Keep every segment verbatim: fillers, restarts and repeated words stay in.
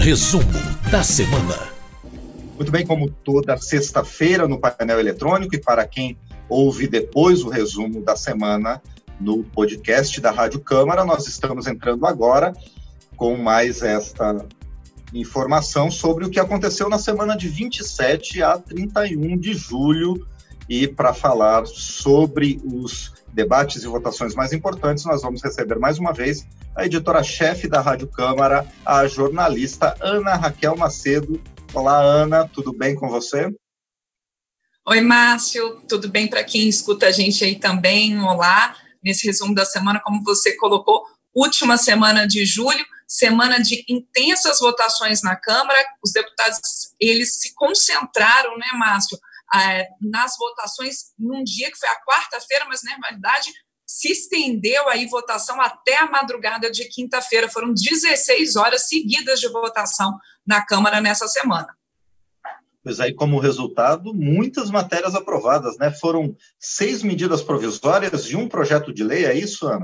Resumo da semana. Muito bem, como toda sexta-feira no painel eletrônico, e para quem ouve depois o resumo da semana no podcast da Rádio Câmara, nós estamos entrando agora com mais esta informação sobre o que aconteceu na semana de vinte e sete a trinta e um de julho. E para falar sobre os debates e votações mais importantes, nós vamos receber mais uma vez a editora-chefe da Rádio Câmara, a jornalista Ana Raquel Macedo. Olá, Ana, tudo bem com você? Oi, Márcio, tudo bem para quem escuta a gente aí também? Olá, nesse resumo da semana, como você colocou, última semana de julho, semana de intensas votações na Câmara. Os deputados, eles se concentraram, né, Márcio, nas votações num dia que foi a quarta-feira, mas na verdade se estendeu aí votação até a madrugada de quinta-feira. Foram dezesseis horas seguidas de votação na Câmara nessa semana. Pois aí, como resultado, muitas matérias aprovadas, né? Foram seis medidas provisórias e um projeto de lei, é isso, Ana?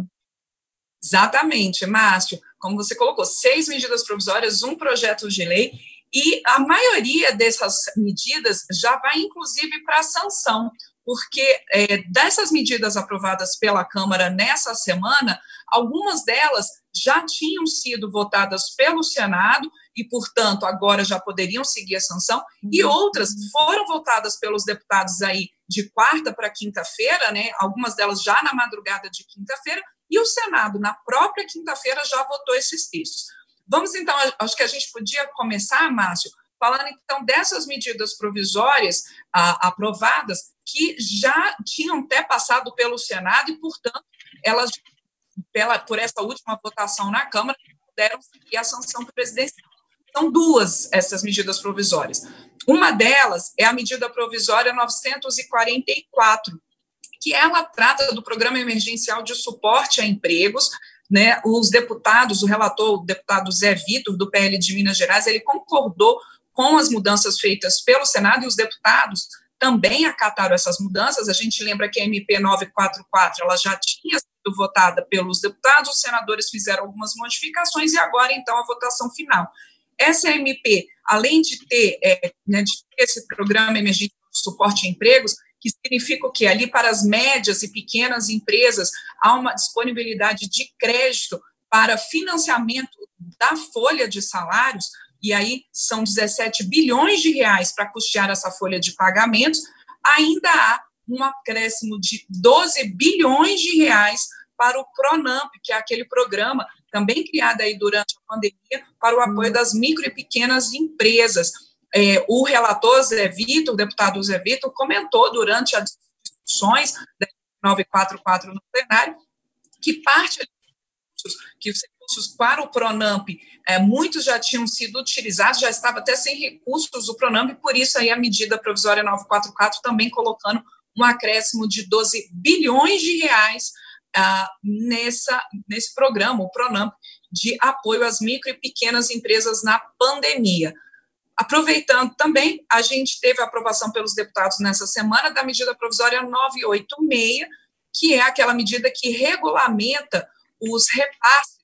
Exatamente, Márcio. Como você colocou, seis medidas provisórias, um projeto de lei, e a maioria dessas medidas já vai, inclusive, para a sanção, porque é, dessas medidas aprovadas pela Câmara nessa semana, algumas delas já tinham sido votadas pelo Senado e, portanto, agora já poderiam seguir a sanção, e outras foram votadas pelos deputados aí de quarta para quinta-feira, né, algumas delas já na madrugada de quinta-feira, e o Senado, na própria quinta-feira, já votou esses textos. Vamos, então, acho que a gente podia começar, Márcio, falando, então, dessas medidas provisórias ah, aprovadas, que já tinham até passado pelo Senado e, portanto, elas, pela, por essa última votação na Câmara, puderam seguir a sanção presidencial. São duas essas medidas provisórias. Uma delas é a medida provisória novecentos e quarenta e quatro, que ela trata do Programa Emergencial de Suporte a Empregos, né? Os deputados, o relator, o deputado Zé Vitor, do P L de Minas Gerais, ele concordou com as mudanças feitas pelo Senado, e os deputados também acataram essas mudanças. A gente lembra que a M P novecentos e quarenta e quatro ela já tinha sido votada pelos deputados, os senadores fizeram algumas modificações, e agora, então, a votação final. Essa M P, além de ter, é, né, de ter esse Programa Emergencial de Suporte a Empregos, que significa o quê? Ali para as médias e pequenas empresas há uma disponibilidade de crédito para financiamento da folha de salários, e aí são dezessete bilhões de reais para custear essa folha de pagamentos. Ainda há um acréscimo de doze bilhões de reais para o PRONAMP, que é aquele programa também criado aí durante a pandemia para o apoio das micro e pequenas empresas. É, o relator Zé Vitor, o deputado Zé Vitor, comentou durante as discussões da novecentos e quarenta e quatro no plenário que parte dos recursos, que os recursos para o PRONAMP, é, muitos já tinham sido utilizados, já estava até sem recursos do PRONAMP, por isso aí a medida provisória novecentos e quarenta e quatro também colocando um acréscimo de doze bilhões de reais ah, nessa, nesse programa, o PRONAMP, de apoio às micro e pequenas empresas na pandemia. Aproveitando também, a gente teve a aprovação pelos deputados nessa semana da medida provisória novecentos e oitenta e seis, que é aquela medida que regulamenta os repasses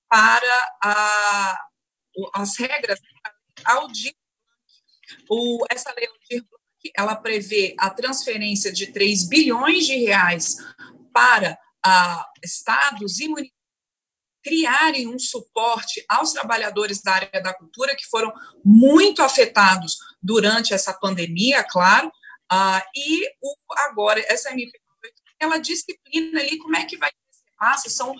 para a, as regras Aldir Blanc. Essa lei Aldir Blanc, ela prevê a transferência de três bilhões de reais para a, estados e municípios criarem um suporte aos trabalhadores da área da cultura que foram muito afetados durante essa pandemia, claro, uh, e o, agora essa M P ela disciplina ali como é que vai ser esse repasse, são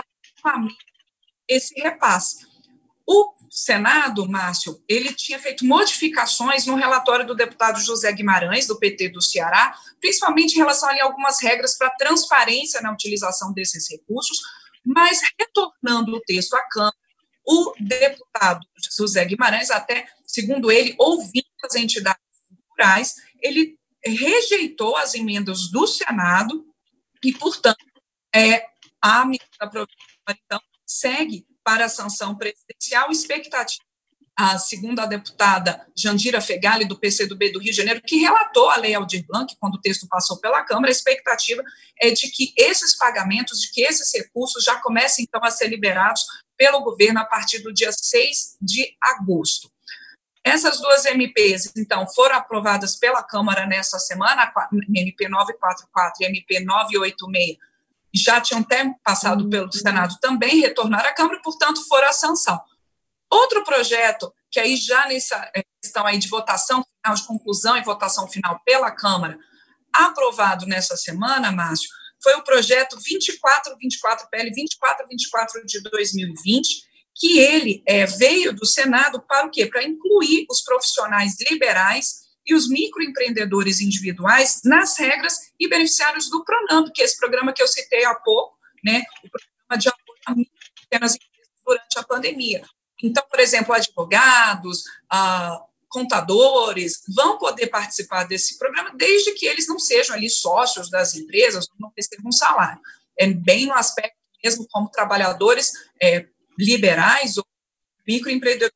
esse repasse. O Senado, Márcio, ele tinha feito modificações no relatório do deputado José Guimarães, do P T do Ceará, principalmente em relação a algumas regras para transparência na utilização desses recursos, mas retornando o texto à Câmara, o deputado José Guimarães, até, segundo ele, ouvindo as entidades culturais, ele rejeitou as emendas do Senado e, portanto, é, a medida provisória, então, segue para a sanção presidencial, expectativa, a, segundo a deputada Jandira Fegali, do P C do B do Rio de Janeiro, que relatou a Lei Aldir Blanc, quando o texto passou pela Câmara, a expectativa é de que esses pagamentos, de que esses recursos já comecem, então, a ser liberados pelo governo a partir do dia seis de agosto. Essas duas M Ps, então, foram aprovadas pela Câmara nessa semana, a M P novecentos e quarenta e quatro e M P novecentos e oitenta e seis, já tinham até passado uhum. pelo Senado, também retornaram à Câmara e, portanto, foram à sanção. Outro projeto, que aí já nessa questão aí de votação final, de conclusão e votação final pela Câmara, aprovado nessa semana, Márcio, foi o projeto vinte e quatro vinte e quatro, P L vinte e quatro vinte e quatro de dois mil e vinte, que ele é, veio do Senado para o quê? Para incluir os profissionais liberais e os microempreendedores individuais nas regras e beneficiários do PRONAMP, que é esse programa que eu citei há pouco, né, o programa de apoio a micro e pequenas empresas durante a pandemia. Então, por exemplo, advogados, ah, contadores vão poder participar desse programa desde que eles não sejam ali sócios das empresas, não recebam um salário. É bem no aspecto mesmo como trabalhadores é, liberais ou microempreendedores.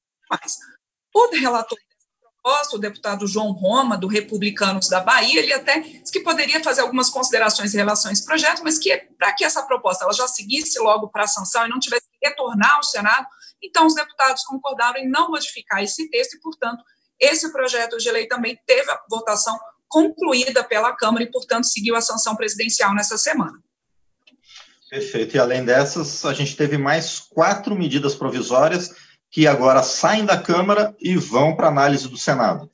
O relator dessa proposta, o deputado João Roma, do Republicanos da Bahia, ele até disse que poderia fazer algumas considerações em relação a esse projeto, mas que para que essa proposta ela já seguisse logo para a sanção e não tivesse que retornar ao Senado, então os deputados concordaram em não modificar esse texto e, portanto, esse projeto de lei também teve a votação concluída pela Câmara e, portanto, seguiu a sanção presidencial nessa semana. Perfeito. E, além dessas, a gente teve mais quatro medidas provisórias que agora saem da Câmara e vão para análise do Senado.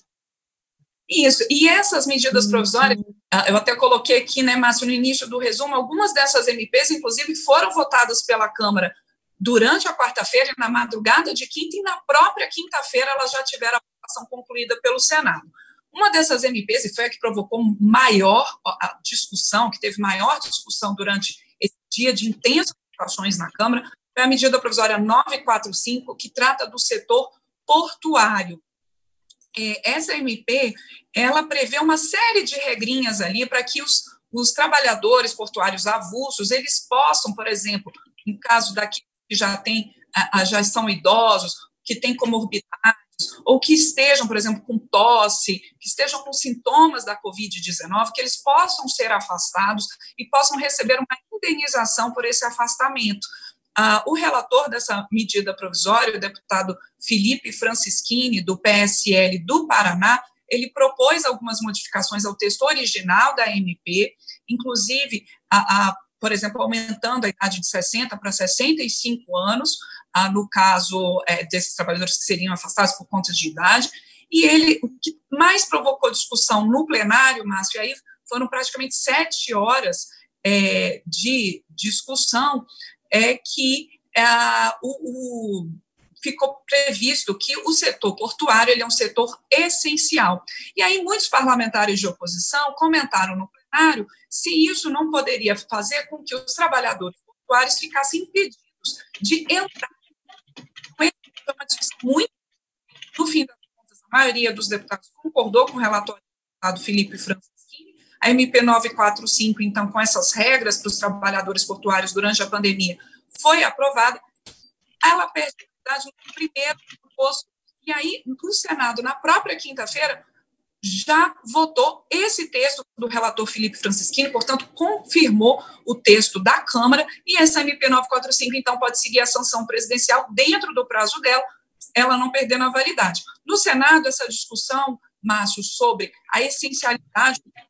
Isso. E essas medidas provisórias, eu até coloquei aqui, né, Márcio, no início do resumo, algumas dessas M Ps, inclusive, foram votadas pela Câmara durante a quarta-feira, na madrugada de quinta, e na própria quinta-feira elas já tiveram a votação concluída pelo Senado. Uma dessas M Ps, e foi a que provocou maior a discussão, que teve maior discussão durante esse dia de intensas discussões na Câmara, foi a medida provisória novecentos e quarenta e cinco, que trata do setor portuário. É, essa M P, ela prevê uma série de regrinhas ali para que os, os trabalhadores portuários avulsos, eles possam, por exemplo, no caso daqui que já, tem, já são idosos, que têm comorbidades, ou que estejam, por exemplo, com tosse, que estejam com sintomas da covid dezenove, que eles possam ser afastados e possam receber uma indenização por esse afastamento. Ah, o relator dessa medida provisória, o deputado Felipe Francischini, do P S L do Paraná, ele propôs algumas modificações ao texto original da M P, inclusive, a, a, por exemplo, aumentando a idade de sessenta para sessenta e cinco anos, ah, no caso é, desses trabalhadores que seriam afastados por conta de idade, e ele, o que mais provocou discussão no plenário, Márcio, aí foram praticamente sete horas é, de discussão, é que é, o, o, ficou previsto que o setor portuário ele é um setor essencial. E aí muitos parlamentares de oposição comentaram no plenário se isso não poderia fazer com que os trabalhadores portuários ficassem impedidos de entrar. Foi uma discussão muito, no fim das contas, a maioria dos deputados concordou com o relatório do deputado Felipe Francischini. A M P novecentos e quarenta e cinco, então, com essas regras para os trabalhadores portuários durante a pandemia, foi aprovada. Ela perde a idade no primeiro posto. E aí, o Senado, na própria quinta-feira, já votou esse texto do relator Felipe Francischini, portanto, confirmou o texto da Câmara, e essa M P novecentos e quarenta e cinco, então, pode seguir a sanção presidencial dentro do prazo dela, ela não perdendo a validade. No Senado, essa discussão, Márcio, sobre a essencialidade do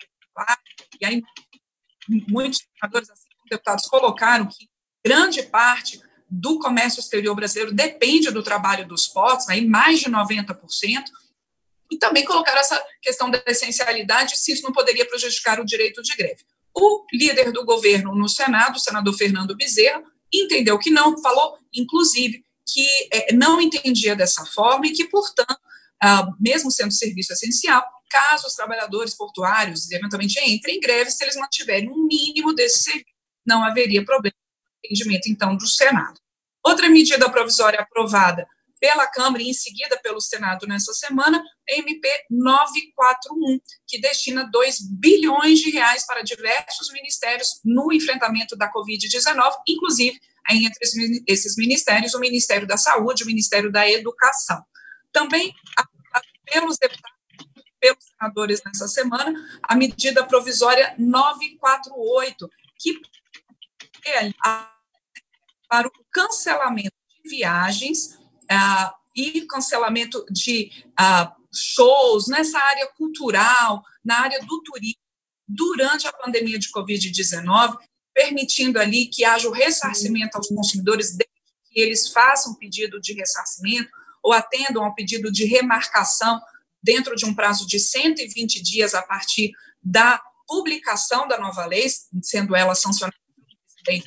e aí muitos senadores, assim como deputados, colocaram que grande parte do comércio exterior brasileiro depende do trabalho dos portos, aí mais de noventa por cento, e também colocaram essa questão da essencialidade, se isso não poderia prejudicar o direito de greve. O líder do governo no Senado, o senador Fernando Bezerra, entendeu que não, falou, inclusive, que é, não entendia dessa forma e que, portanto, ah, mesmo sendo serviço essencial, caso os trabalhadores portuários eventualmente entrem em greve, se eles mantiverem um mínimo desse serviço, não haveria problema no entendimento, então, do Senado. Outra medida provisória aprovada pela Câmara e em seguida pelo Senado nessa semana, M P novecentos e quarenta e um, que destina dois bilhões de reais para diversos ministérios no enfrentamento da covid dezenove, inclusive entre esses ministérios, o Ministério da Saúde, o Ministério da Educação. Também, pelos deputados, pelos senadores nessa semana, a medida provisória novecentos e quarenta e oito, que é para o cancelamento de viagens ah, e cancelamento de ah, shows nessa área cultural, na área do turismo, durante a pandemia de covid dezenove, permitindo ali que haja o ressarcimento aos consumidores, desde que eles façam pedido de ressarcimento ou atendam ao pedido de remarcação dentro de um prazo de cento e vinte dias a partir da publicação da nova lei, sendo ela sancionada pelo presidente.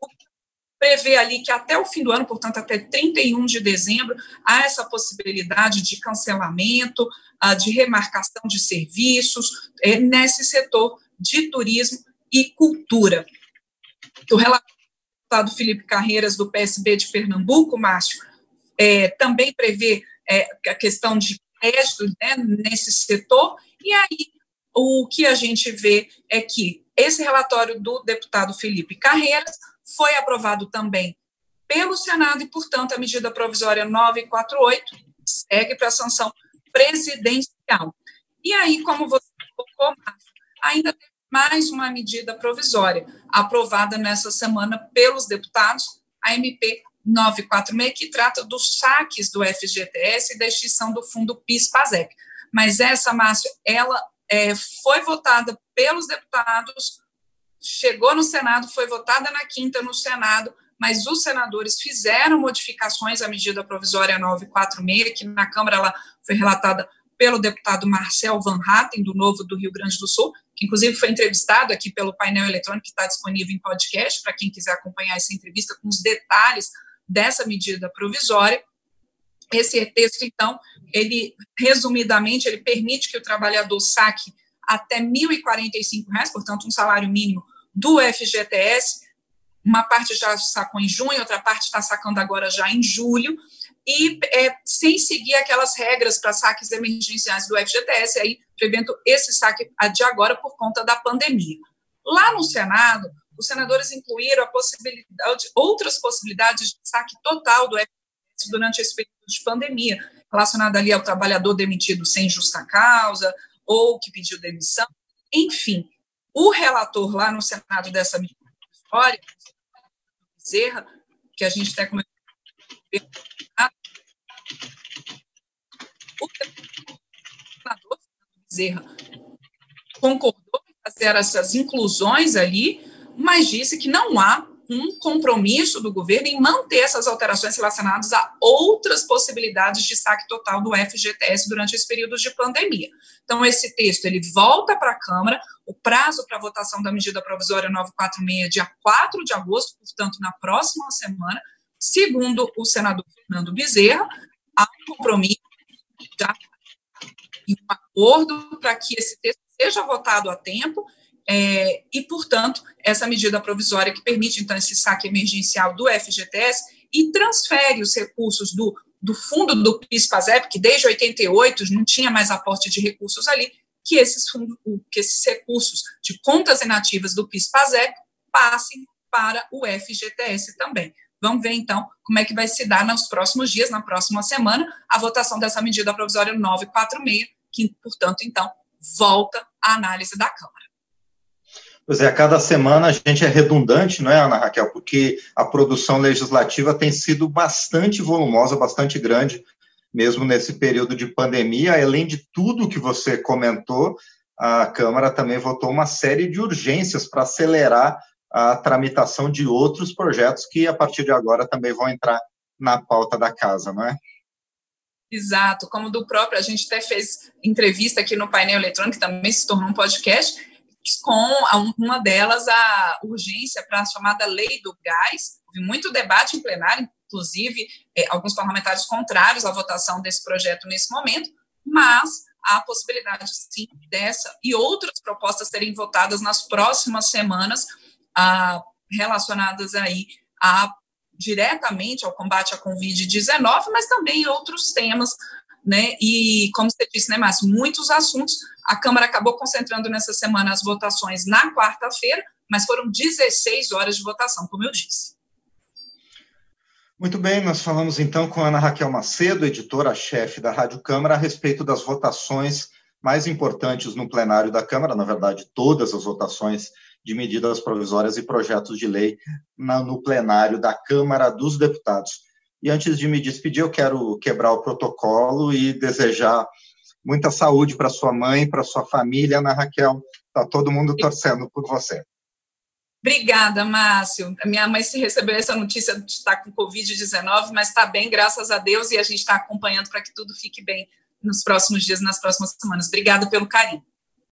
Prevê ali que até o fim do ano, portanto, até trinta e um de dezembro, há essa possibilidade de cancelamento, de remarcação de serviços nesse setor de turismo e cultura. O relatório do deputado Felipe Carreiras, do P S B de Pernambuco, Márcio, é, também prevê é, a questão de crédito, né, nesse setor, e aí o que a gente vê é que esse relatório do deputado Felipe Carreiras foi aprovado também pelo Senado e, portanto, a medida provisória novecentos e quarenta e oito segue para a sanção presidencial. E aí, como você colocou, Márcio, ainda tem mais uma medida provisória aprovada nessa semana pelos deputados, a M P novecentos e quarenta e seis, que trata dos saques do F G T S e da extinção do fundo PIS/PASEP. Mas essa, Márcio, ela é, foi votada pelos deputados, chegou no Senado, foi votada na quinta no Senado, mas os senadores fizeram modificações à medida provisória novecentos e quarenta e seis, que na Câmara ela foi relatada pelo deputado Marcel Van Hatten, do Novo do Rio Grande do Sul, que inclusive foi entrevistado aqui pelo painel eletrônico, que está disponível em podcast, para quem quiser acompanhar essa entrevista com os detalhes dessa medida provisória. Esse texto, então, ele, resumidamente, ele permite que o trabalhador saque até mil e quarenta e cinco reais, portanto, um salário mínimo do F G T S, uma parte já sacou em junho, outra parte está sacando agora já em julho, e é, sem seguir aquelas regras para saques emergenciais do F G T S, aí prevendo esse saque de agora por conta da pandemia. Lá no Senado, os senadores incluíram a possibilidade, outras possibilidades de saque total do F G T S durante esse período de pandemia, relacionada ali ao trabalhador demitido sem justa causa, ou que pediu demissão, enfim. O relator lá no Senado dessa medida provisória, Bezerra, que a gente até começou a ver, o senador Bezerra concordou em fazer essas inclusões ali, mas disse que não há um compromisso do governo em manter essas alterações relacionadas a outras possibilidades de saque total do F G T S durante esse período de pandemia. Então, esse texto ele volta para a Câmara, o prazo para votação da medida provisória novecentos e quarenta e seis é dia quatro de agosto, portanto, na próxima semana. Segundo o senador Fernando Bezerra, há um compromisso já e um acordo para que esse texto seja votado a tempo, É, e, portanto, essa medida provisória que permite, então, esse saque emergencial do F G T S e transfere os recursos do, do fundo do PIS/PASEP, que desde oitenta e oito não tinha mais aporte de recursos ali, que esses, fundos, que esses recursos de contas inativas do PIS/PASEP passem para o F G T S também. Vamos ver, então, como é que vai se dar nos próximos dias, na próxima semana, a votação dessa medida provisória novecentos e quarenta e seis, que, portanto, então, volta à análise da Câmara. Pois é, a cada semana a gente é redundante, não é, Ana Raquel? Porque a produção legislativa tem sido bastante volumosa, bastante grande, mesmo nesse período de pandemia. Além de tudo que você comentou, a Câmara também votou uma série de urgências para acelerar a tramitação de outros projetos que, a partir de agora, também vão entrar na pauta da casa, não é? Exato, como do próprio, a gente até fez entrevista aqui no painel eletrônico, que também se tornou um podcast, com uma delas a urgência para a chamada lei do gás. Houve muito debate em plenário, inclusive eh, alguns parlamentares contrários à votação desse projeto nesse momento, mas há a possibilidade, sim, dessa e outras propostas serem votadas nas próximas semanas, ah, relacionadas aí a, diretamente ao combate à covid dezenove, mas também outros temas, né? E, como você disse, né, Márcio, muitos assuntos. A Câmara acabou concentrando nessa semana as votações na quarta-feira, mas foram dezesseis horas de votação, como eu disse. Muito bem, nós falamos então com a Ana Raquel Macedo, editora-chefe da Rádio Câmara, a respeito das votações mais importantes no plenário da Câmara, na verdade, todas as votações de medidas provisórias e projetos de lei na, no plenário da Câmara dos Deputados. E antes de me despedir, eu quero quebrar o protocolo e desejar muita saúde para sua mãe, para sua família, Ana Raquel. Está todo mundo torcendo por você. Obrigada, Márcio. A minha mãe se recebeu essa notícia de estar com covid dezenove, mas está bem, graças a Deus, e a gente está acompanhando para que tudo fique bem nos próximos dias, nas próximas semanas. Obrigada pelo carinho.